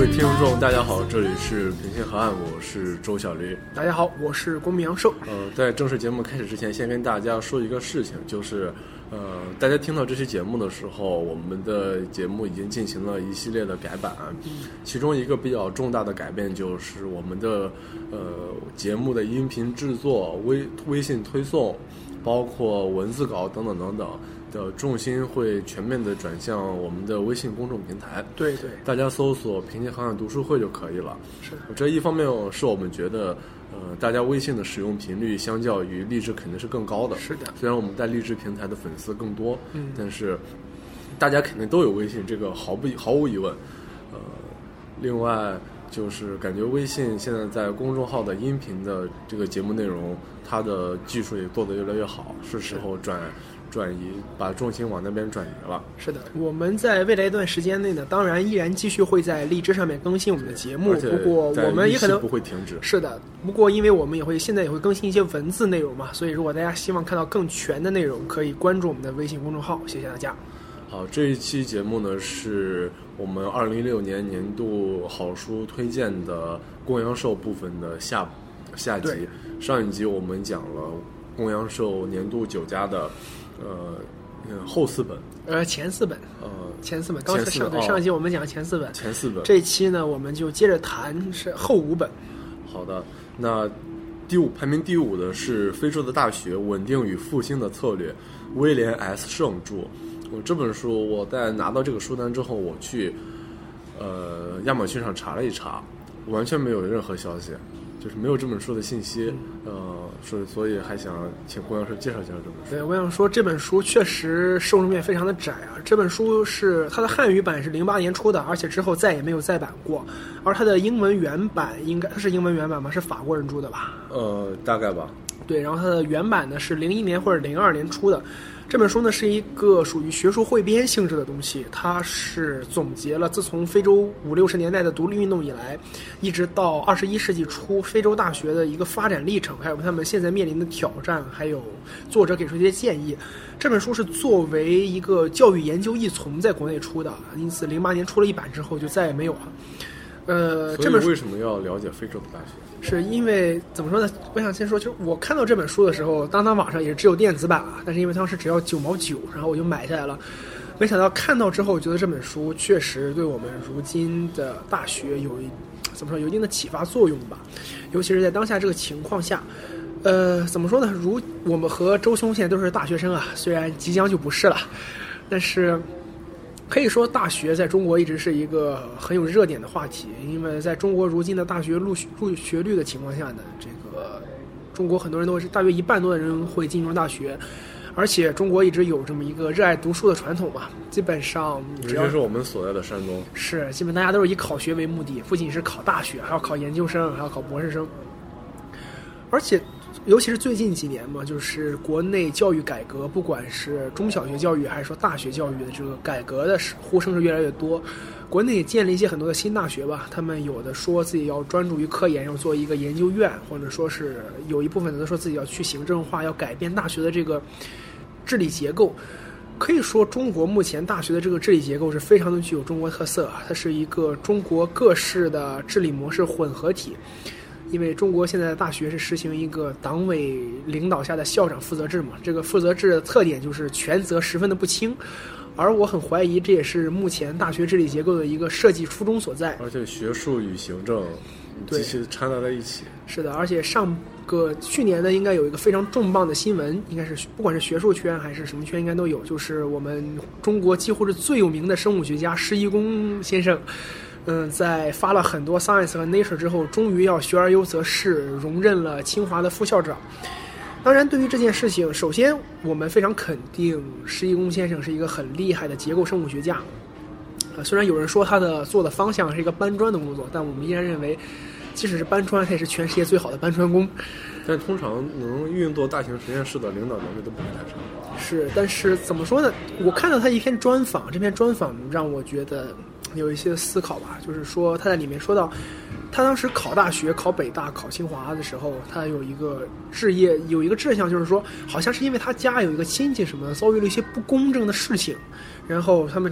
位听众大家好，这里是平行河岸，我是周小驴。 大家好，我是公民杨寿。 在正式节目开始之前，先跟大家说一个事情，就是大家听到这期节目的时候，我们的节目已经进行了一系列的改版，其中一个比较重大的改变就是我们的节目的音频制作、微信推送，包括文字稿等等等等的重心会全面的转向我们的微信公众平台。 对对， 大家搜索平行河岸读书会就可以了。 是， 这一方面是我们觉得大家微信的使用频率相较于荔枝肯定是更高的。 是的， 虽然我们在荔枝平台的粉丝更多，但是大家肯定都有微信，这个毫无疑问。另外就是感觉微信现在在公众号的音频的这个节目内容，它的技术也做得越来越好，是时候转移，把重心往那边转移了。 是的，我们在未来一段时间内呢，当然依然继续会在荔枝上面更新我们的节目，不过我们也可能不会停止。 是的，不过因为我们现在也会更新一些文字内容嘛，所以如果大家希望看到更全的内容，可以关注我们的微信公众号。谢谢大家。 好，这一期节目呢是我们2016年年度好书推荐的公羊寿部分的下集。上一集我们讲了公羊寿年度9家的后4本， 前4本，前4本。上一集我们讲前4本， 前4本。 这一期呢，我们就接着谈是后5本。 好的，那排名第5的是《非洲的大学：稳定与复兴的策略》，威廉 S. 圣著。这本书我在拿到这个书单之后，我去亚马逊上查了一查，完全没有任何消息，就是没有这本书的信息。所以还想请郭老师介绍介绍这本书。 对，我想说这本书确实受众面非常的窄啊。这本书是它的汉语版是08年出的，而且之后再也没有再版过。而它的英文原版它是英文原版吗？是法国人出的吧？ 大概吧。 对，然后它的原版呢是01年或者02年出的。这本书呢是一个属于学术汇编性质的东西，它是总结了自从非洲50-60年代的独立运动以来，一直到21世纪初非洲大学的一个发展历程，还有他们现在面临的挑战，还有作者给出一些建议。这本书是作为一个教育研究一丛在国内出的，因此08年出了一版之后就再也没有了。 所以为什么要了解非洲的大学？ 是因为怎么说呢？我想先说，就是我看到这本书的时候，当网上也只有电子版了，但是因为当时只要9毛9，然后我就买下来了。没想到看到之后，觉得这本书确实对我们如今的大学有一定的启发作用吧，尤其是在当下这个情况下。怎么说呢？如我们和周兄现在都是大学生啊，虽然即将就不是了，但是可以说大学在中国一直是一个很有热点的话题，因为在中国如今的大学入学率的情况下呢，这个中国很多人都是大约1半多的人会进入大学，而且中国一直有这么一个热爱读书的传统嘛，基本上只要尤其是我们所在的山东， 是基本大家都是以考学为目的，不仅是考大学，还要考研究生，还要考博士生，而且尤其是最近几年嘛，就是国内教育改革，不管是中小学教育还是说大学教育的这个改革的呼声是越来越多。国内也建立一些很多的新大学吧，他们有的说自己要专注于科研，要做一个研究院，或者说是有一部分的说自己要去行政化，要改变大学的这个治理结构。可以说中国目前大学的这个治理结构是非常的具有中国特色，它是一个中国各式的治理模式混合体。因为中国现在的大学是实行一个党委领导下的校长负责制嘛，这个负责制的特点就是权责十分的不清，而我很怀疑这也是目前大学治理结构的一个设计初衷所在。 而且学术与行政极其掺杂在一起。 是的，而且去年呢应该有一个非常重磅的新闻，应该是不管是学术圈还是什么圈应该都有，就是我们中国几乎是最有名的生物学家施一公先生，在发了很多 Science 和 Nature 之后，终于要学而优则仕，荣任了清华的副校长。当然，对于这件事情，首先我们非常肯定施一公先生是一个很厉害的结构生物学家。虽然有人说他做的方向是一个搬砖的工作，但我们依然认为，即使是搬砖，他也是全世界最好的搬砖工。 但通常能运作大型实验室的领导能力都不会太差。 是，但是怎么说呢？我看到他一篇专访，这篇专访让我觉得有一些思考吧，就是说他在里面说到，他当时考大学、考北大、考清华的时候，他有一个志向，就是说，好像是因为他家有一个亲戚什么的遭遇了一些不公正的事情，然后他们找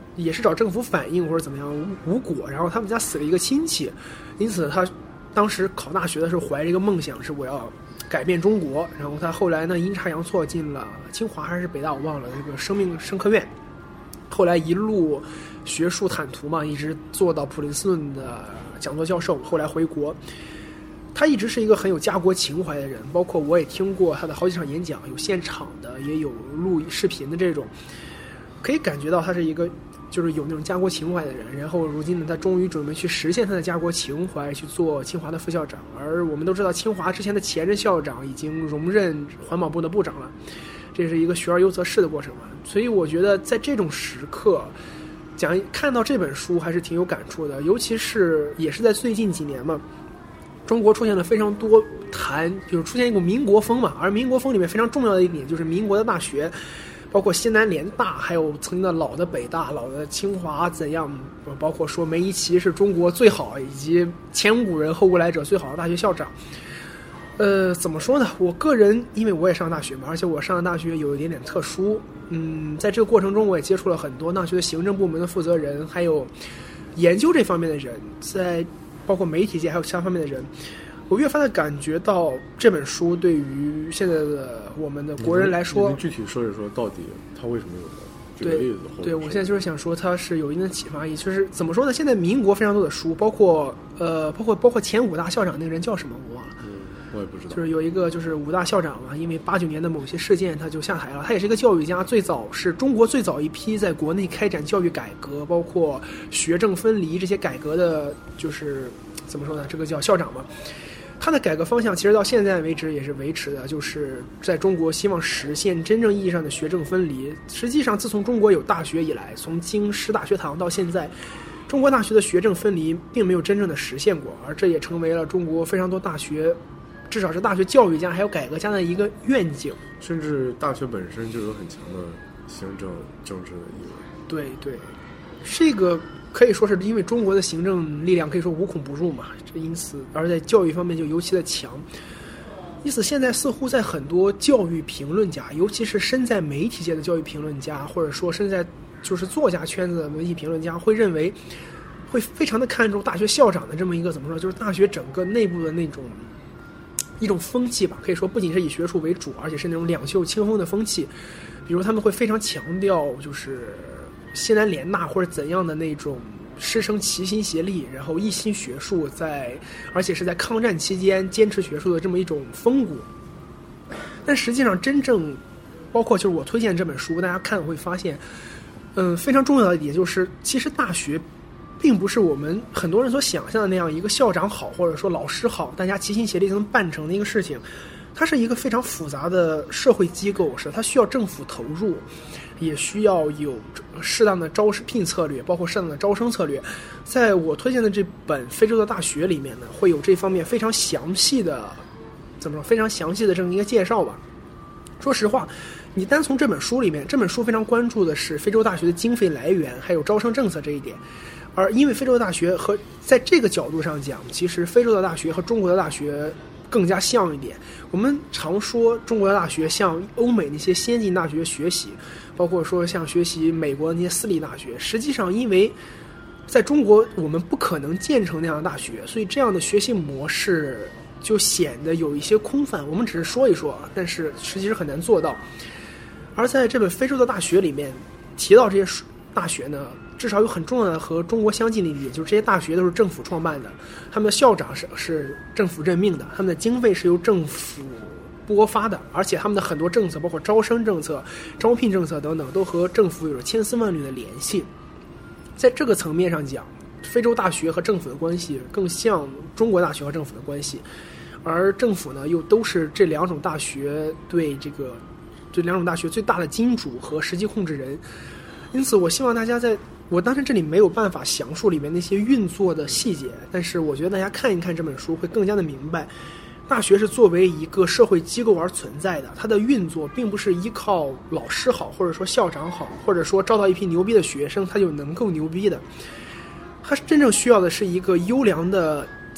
也是找政府反映或者怎么样无果，然后他们家死了一个亲戚，因此他当时考大学的时候怀着一个梦想，是我要改变中国。然后他后来呢阴差阳错进了清华还是北大我忘了，这个生科院，后来一路学术坦途嘛，一直做到普林斯顿的讲座教授，后来回国。他一直是一个很有家国情怀的人，包括我也听过他的好几场演讲，有现场的也有录视频的，这种可以感觉到他是一个就是有那种家国情怀的人。然后如今呢，他终于准备去实现他的家国情怀，去做清华的副校长。而我们都知道，清华之前的前任校长已经荣任环保部的部长了，这是一个学而优则仕的过程嘛。所以我觉得在这种时刻看到这本书还是挺有感触的，尤其是也是在最近几年嘛，中国出现了非常多就是出现一股民国风嘛。而民国风里面非常重要的一点就是民国的大学，包括西南联大，还有曾经的老的北大、老的清华怎样，包括说梅贻琦是中国最好以及前无古人后无来者最好的大学校长。怎么说呢？我个人因为我也上大学嘛，而且我上的大学有一点点特殊。在这个过程中我也接触了很多大学的行政部门的负责人，还有研究这方面的人，在包括媒体界还有其他方面的人，我越发的感觉到这本书对于现在的我们的国人来说， 你具体说一说到底他为什么有的这个例子？ 对，我现在就是想说它是有一定的启发意义。就是怎么说呢？现在民国非常多的书，包括前5大校长那个人叫什么我忘了。 我也不知道。 就是有一个就是5大校长嘛，因为89年的某些事件他就下台了。他也是一个教育家，是中国最早一批在国内开展教育改革，包括学政分离这些改革的，就是怎么说呢？这个叫校长嘛。他的改革方向其实到现在为止也是维持的，就是在中国希望实现真正意义上的学政分离。实际上自从中国有大学以来，从京师大学堂到现在，中国大学的学政分离并没有真正的实现过，而这也成为了中国非常多大学，至少是大学教育家还有改革家的一个愿景。 甚至大学本身就有很强的行政政治的意味。 对对，这个可以说是因为中国的行政力量可以说无孔不入嘛，这因此而在教育方面就尤其的强。因此现在似乎在很多教育评论家，尤其是身在媒体界的教育评论家，或者说身在就是作家圈子的媒体评论家，会认为会非常的看重大学校长的这么一个怎么说，就是大学整个内部的那种一种风气吧，可以说不仅是以学术为主，而且是那种两袖清风的风气。比如他们会非常强调就是西南联大或者怎样的那种师生齐心协力，然后一心学术，而且是在抗战期间坚持学术的这么一种风骨。但实际上真正包括就是我推荐这本书，大家看会发现非常重要的一点就是，其实大学并不是我们很多人所想象的那样一个校长好或者说老师好大家齐心协力就能办成的一个事情。它是一个非常复杂的社会机构，它需要政府投入，也需要有适当的招聘策略，包括适当的招生策略。在我推荐的这本《非洲的大学》里面呢，会有这方面非常详细的这么一个介绍吧。说实话，你单从这本书里面，这本书非常关注的是非洲大学的经费来源还有招生政策这一点。而因为非洲的大学和在这个角度上讲，其实非洲的大学和中国的大学更加像一点。我们常说中国的大学向欧美那些先进大学学习，包括说像学习美国那些私立大学，实际上因为在中国我们不可能建成那样的大学，所以这样的学习模式就显得有一些空泛。我们只是说一说，但是实际是很难做到。而在这本《非洲的大学》里面提到这些大学呢，至少有很重要的和中国相近的一点，就是这些大学都是政府创办的，他们的校长是政府任命的，他们的经费是由政府拨发的，而且他们的很多政策，包括招生政策、招聘政策等等，都和政府有着千丝万缕的联系。在这个层面上讲，非洲大学和政府的关系更像中国大学和政府的关系，而政府呢，又都是这两种大学这两种大学最大的金主和实际控制人。因此我希望大家我当然这里没有办法详述里面那些运作的细节，但是我觉得大家看一看这本书会更加的明白，大学是作为一个社会机构而存在的，它的运作并不是依靠老师好，或者说校长好，或者说招到一批牛逼的学生他就能够牛逼的。它真正需要的是一个优良的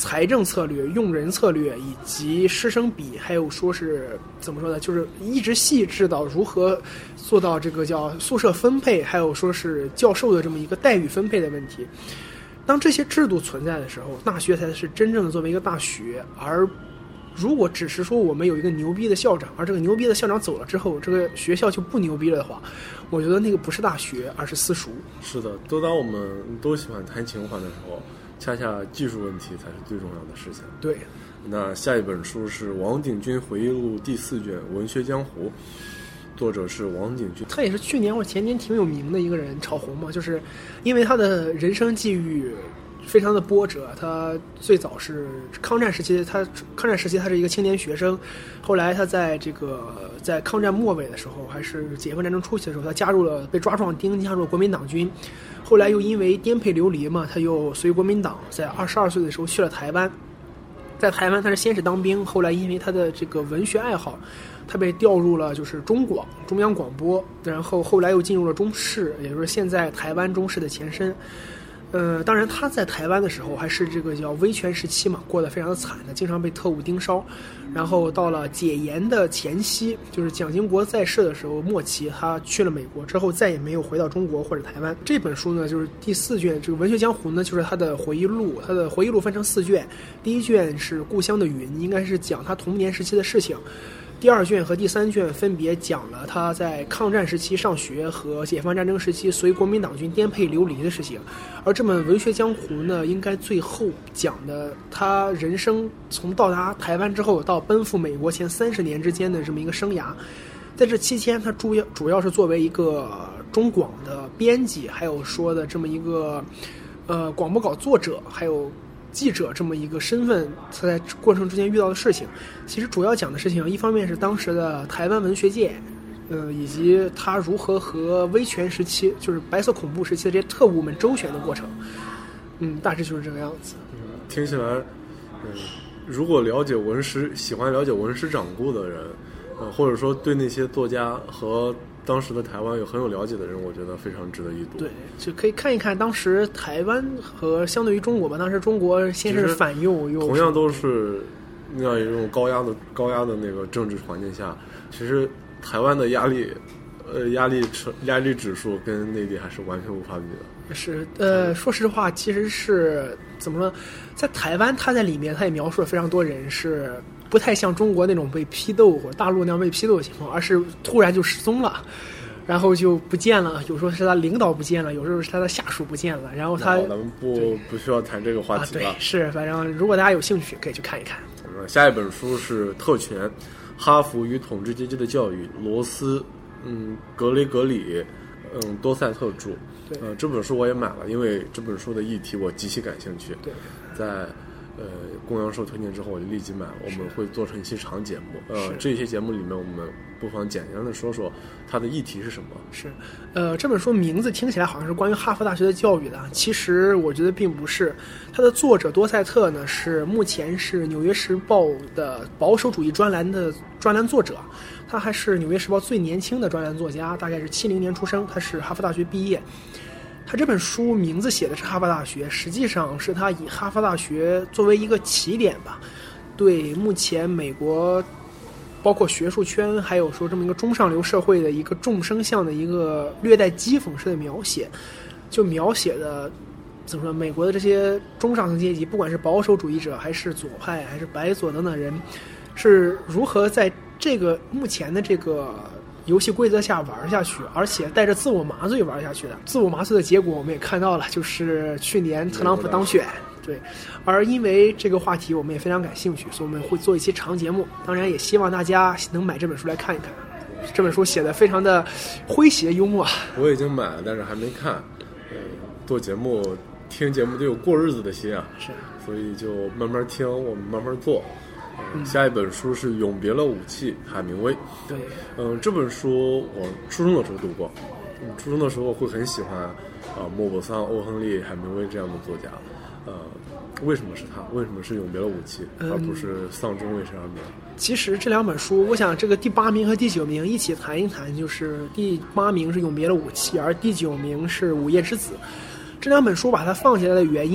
财政策略、用人策略以及师生比，还有说是怎么说呢，就是一直细致到如何做到这个叫宿舍分配，还有说是教授的这么一个待遇分配的问题。当这些制度存在的时候，大学才是真正的作为一个大学。而如果只是说我们有一个牛逼的校长，而这个牛逼的校长走了之后，这个学校就不牛逼了的话，我觉得那个不是大学，而是私塾。 是的，当我们都喜欢谈情怀的时候，恰恰技术问题才是最重要的事情。 对。 那下一本书是王鼎钧回忆录第4卷《文学江湖》，作者是王鼎钧， 他也是去年或前年挺有名的一个人，炒红嘛，就是因为他的人生际遇非常的波折。他最早是抗战时期，他是一个青年学生，后来他在抗战末尾的时候，还是解放战争初期的时候，他被抓壮丁，加入了国民党军。后来又因为颠沛流离嘛，他又随国民党在22岁的时候去了台湾。在台湾，他是先是当兵，后来因为他的这个文学爱好，他被调入了就是中央广播，然后后来又进入了中视，也就是现在台湾中视的前身。当然他在台湾的时候还是这个叫威权时期嘛，过得非常的惨的，经常被特务盯梢。然后到了解严的前夕，就是蒋经国在世的时候末期，他去了美国之后再也没有回到中国或者台湾。这本书呢，就是第4卷，这个《文学江湖》呢，就是他的回忆录。他的回忆录分成4卷，第1卷是《故乡的云》，应该是讲他童年时期的事情。第2卷和第3卷分别讲了他在抗战时期上学和解放战争时期随国民党军颠沛流离的事情。而这本《文学江湖》呢，应该最后讲的他人生从到达台湾之后到奔赴美国前30年之间的这么一个生涯。在这期间，他主要是作为一个中广的编辑，还有说的这么一个广播稿作者，还有记者这么一个身份，他在过程之间遇到的事情，其实主要讲的事情，一方面是当时的台湾文学界，以及他如何和威权时期，就是白色恐怖时期的这些特务们周旋的过程。大致就是这个样子。 听起来，如果喜欢了解文史掌故的人，或者说对那些作家和当时的台湾很有了解的人，我觉得非常值得一读。 对，就可以看一看当时台湾和相对于中国吧，当时中国先是反右，又同样都是那样一种高压的那个政治环境下，其实台湾的压力指数跟内地还是完全无法比的。 是说实话，其实是怎么说，在台湾他在里面他也描述了非常多人是不太像中国那种被批斗或者大陆那样被批斗的情况，而是突然就失踪了，然后就不见了。有时候是他领导不见了，有时候是他的下属不见了。然后咱们不需要谈这个话题了。 对，是，反正如果大家有兴趣可以去看一看。 下一本书是《特权：哈佛与统治阶级的教育》，罗斯格雷格里多塞特著。这本书我也买了，因为这本书的议题我极其感兴趣。 对， 在公羊社推荐之后，我就立即买了。我们会做成一期长节目。这些节目里面，我们不妨简单的说说它的议题是什么。 是，这本书名字听起来好像是关于哈佛大学的教育的，其实我觉得并不是。它的作者多塞特呢，目前是《纽约时报》的保守主义专栏的专栏作者。他还是《纽约时报》最年轻的专栏作家，大概是70年出生，他是哈佛大学毕业。他这本书名字写的是哈佛大学，实际上是他以哈佛大学作为一个起点吧，对目前美国包括学术圈还有说这么一个中上流社会的一个众生相的一个略带讥讽式的描写，就描写的怎么说，美国的这些中上层阶级，不管是保守主义者还是左派还是白左等等人，是如何在这个目前的这个游戏规则下玩下去，而且带着自我麻醉玩下去的。自我麻醉的结果我们也看到了，就是去年特朗普当选。对，而因为这个话题我们也非常感兴趣，所以我们会做一期长节目。当然也希望大家能买这本书来看一看，这本书写的非常的诙谐幽默。 我已经买了，但是还没看。做节目听节目得有过日子的心啊， 是， 所以就慢慢听，我们慢慢做。下一本书是《永别了武器》，海明威。 对， 这本书我初中的时候读过。初中的时候我会很喜欢莫泊桑、欧亨利、海明威这样的作家。为什么是他？为什么是《永别了武器》而不是《丧钟为谁而鸣》？ 其实这两本书，我想这个第8名和第9名一起谈一谈，就是第8名是《永别了武器》，而第9名是《午夜之子》。这两本书把它放下来的原因，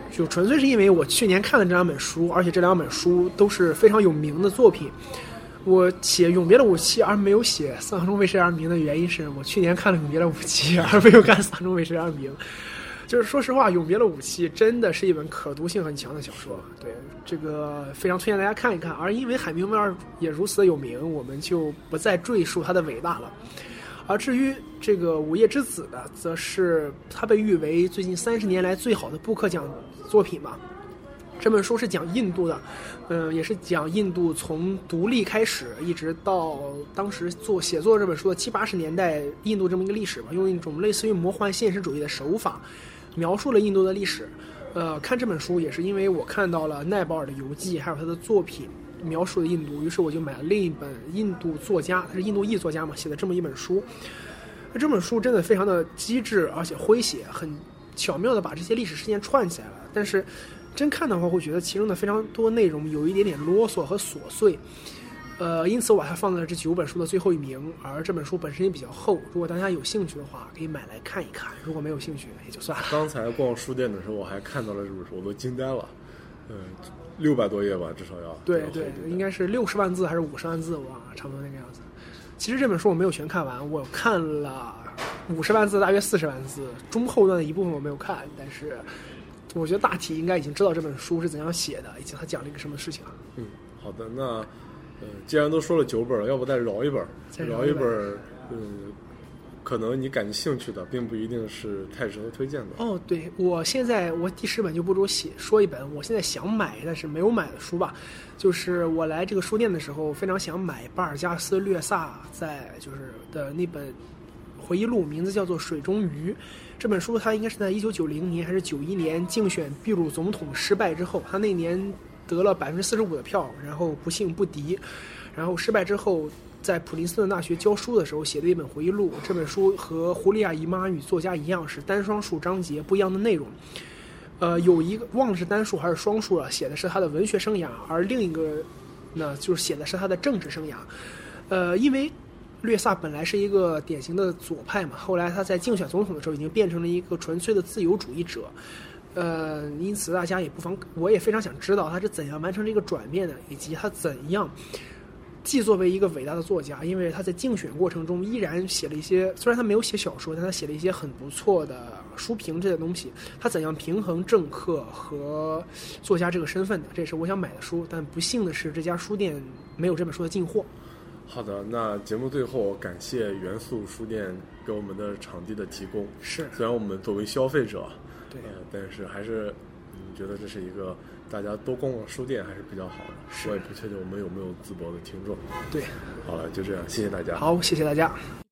就纯粹是因为我去年看了这两本书，而且这两本书都是非常有名的作品。我写《永别的武器》而没有写《丧钟为谁而鸣》的原因是我去年看了《永别的武器》而没有看《丧钟为谁而鸣》。就是说实话，《永别的武器》真的是一本可读性很强的小说，对，这个非常推荐大家看一看。而因为海明威尔也如此的有名，我们就不再赘述他的伟大了。而至于这个《午夜之子》呢，则是他被誉为最近30年来最好的布克奖作品嘛。这本书是讲印度的，也是讲印度从独立开始，一直到当时写作这本书的70、80年代印度这么一个历史吧，用一种类似于魔幻现实主义的手法描述了印度的历史。看这本书也是因为我看到了奈保尔的游记，还有他的作品描述的印度，于是我就买了另一本印度作家，他是印度裔作家嘛，写的这么一本书。这本书真的非常的机智，而且诙谐，很巧妙的把这些历史事件串起来了。但是真看的话，会觉得其中的非常多内容有一点点啰嗦和琐碎，因此我把它放在了这9本书的最后一名。而这本书本身也比较厚，如果大家有兴趣的话，可以买来看一看；如果没有兴趣，也就算了。 刚才逛书店的时候，我还看到了这本书，我都惊呆了。600多页吧，至少要。 对对，应该是60万字还是50万字，我忘了，差不多那个样子。其实这本书我没有全看完，我看了50万字，大约40万字，中后段的一部分我没有看，但是我觉得大体应该已经知道这本书是怎样写的，以及他讲了一个什么事情了。 好的，那既然都说了9本了，要不再饶一本？饶一本，可能你感兴趣的，并不一定是太值得推荐的。 哦，对，我第10本就不如说一本我现在想买但是没有买的书吧。就是我来这个书店的时候，非常想买巴尔加斯·略萨的那本回忆录，名字叫做《水中鱼》。这本书他应该是在1990年还是91年竞选秘鲁总统失败之后，他那年得了45%的票，然后不幸不敌，然后失败之后在普林斯顿大学教书的时候写的一本回忆录。这本书和胡利亚·姨妈与作家一样，是单双数章节，不一样的内容。有一个忘了是单数还是双数了，写的是他的文学生涯，而另一个呢就是写的是他的政治生涯。因为略萨本来是一个典型的左派嘛，后来他在竞选总统的时候已经变成了一个纯粹的自由主义者。因此大家也不妨，我也非常想知道他是怎样完成这个转变的，以及他怎样既作为一个伟大的作家，因为他在竞选过程中依然写了一些，虽然他没有写小说，但他写了一些很不错的书评这些东西。他怎样平衡政客和作家这个身份的，这也是我想买的书。但不幸的是，这家书店没有这本书的进货。 好的，那节目最后感谢元素书店给我们的场地的提供。 是， 虽然我们作为消费者， 对， 但是还是觉得这是一个大家多逛逛书店还是比较好的。我也不确定我们有没有淄博的听众。 对， 好了，就这样，谢谢大家。 好，谢谢大家。